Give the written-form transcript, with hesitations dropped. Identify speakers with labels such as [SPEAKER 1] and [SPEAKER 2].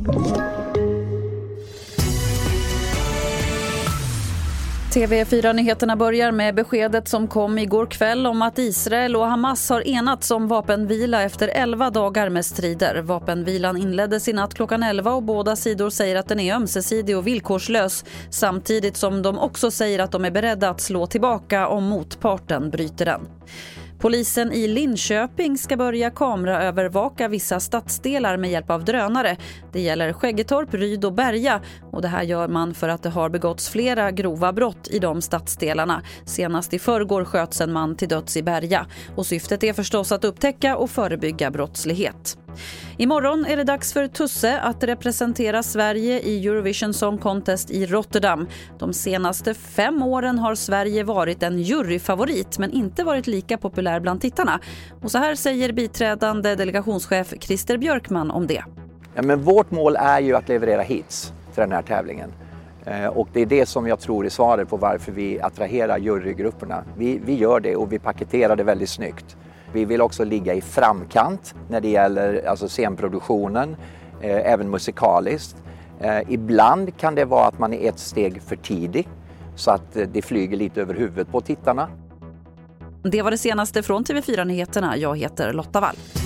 [SPEAKER 1] TV4-nyheterna börjar med beskedet som kom igår kväll om att Israel och Hamas har enats om vapenvila efter 11 dagar med strider. Vapenvilan inleddes i natt klockan 11 och båda sidor säger att den är ömsesidig och villkorslös, samtidigt som de också säger att de är beredda att slå tillbaka om motparten bryter den. Polisen i Linköping ska börja kameraövervaka vissa stadsdelar med hjälp av drönare. Det gäller Skäggetorp, Ryd och Berga, och det här gör man för att det har begåtts flera grova brott i de stadsdelarna. Senast i förrgår sköts en man till döds i Berga, och syftet är förstås att upptäcka och förebygga brottslighet. Imorgon är det dags för Tusse att representera Sverige i Eurovision Song Contest i Rotterdam. De senaste 5 åren har Sverige varit en juryfavorit men inte varit lika populär bland tittarna. Och så här säger biträdande delegationschef Christer Björkman om det.
[SPEAKER 2] Ja, men vårt mål är ju att leverera hits för den här tävlingen. Och det är det som jag tror är svaret på varför vi attraherar jurygrupperna. Vi gör det och vi paketerar det väldigt snyggt. Vi vill också ligga i framkant när det gäller alltså scenproduktionen, även musikaliskt. Ibland kan det vara att man är ett steg för tidig så att det flyger lite över huvudet på tittarna.
[SPEAKER 1] Det var det senaste från TV4-nyheterna. Jag heter Lotta Wall.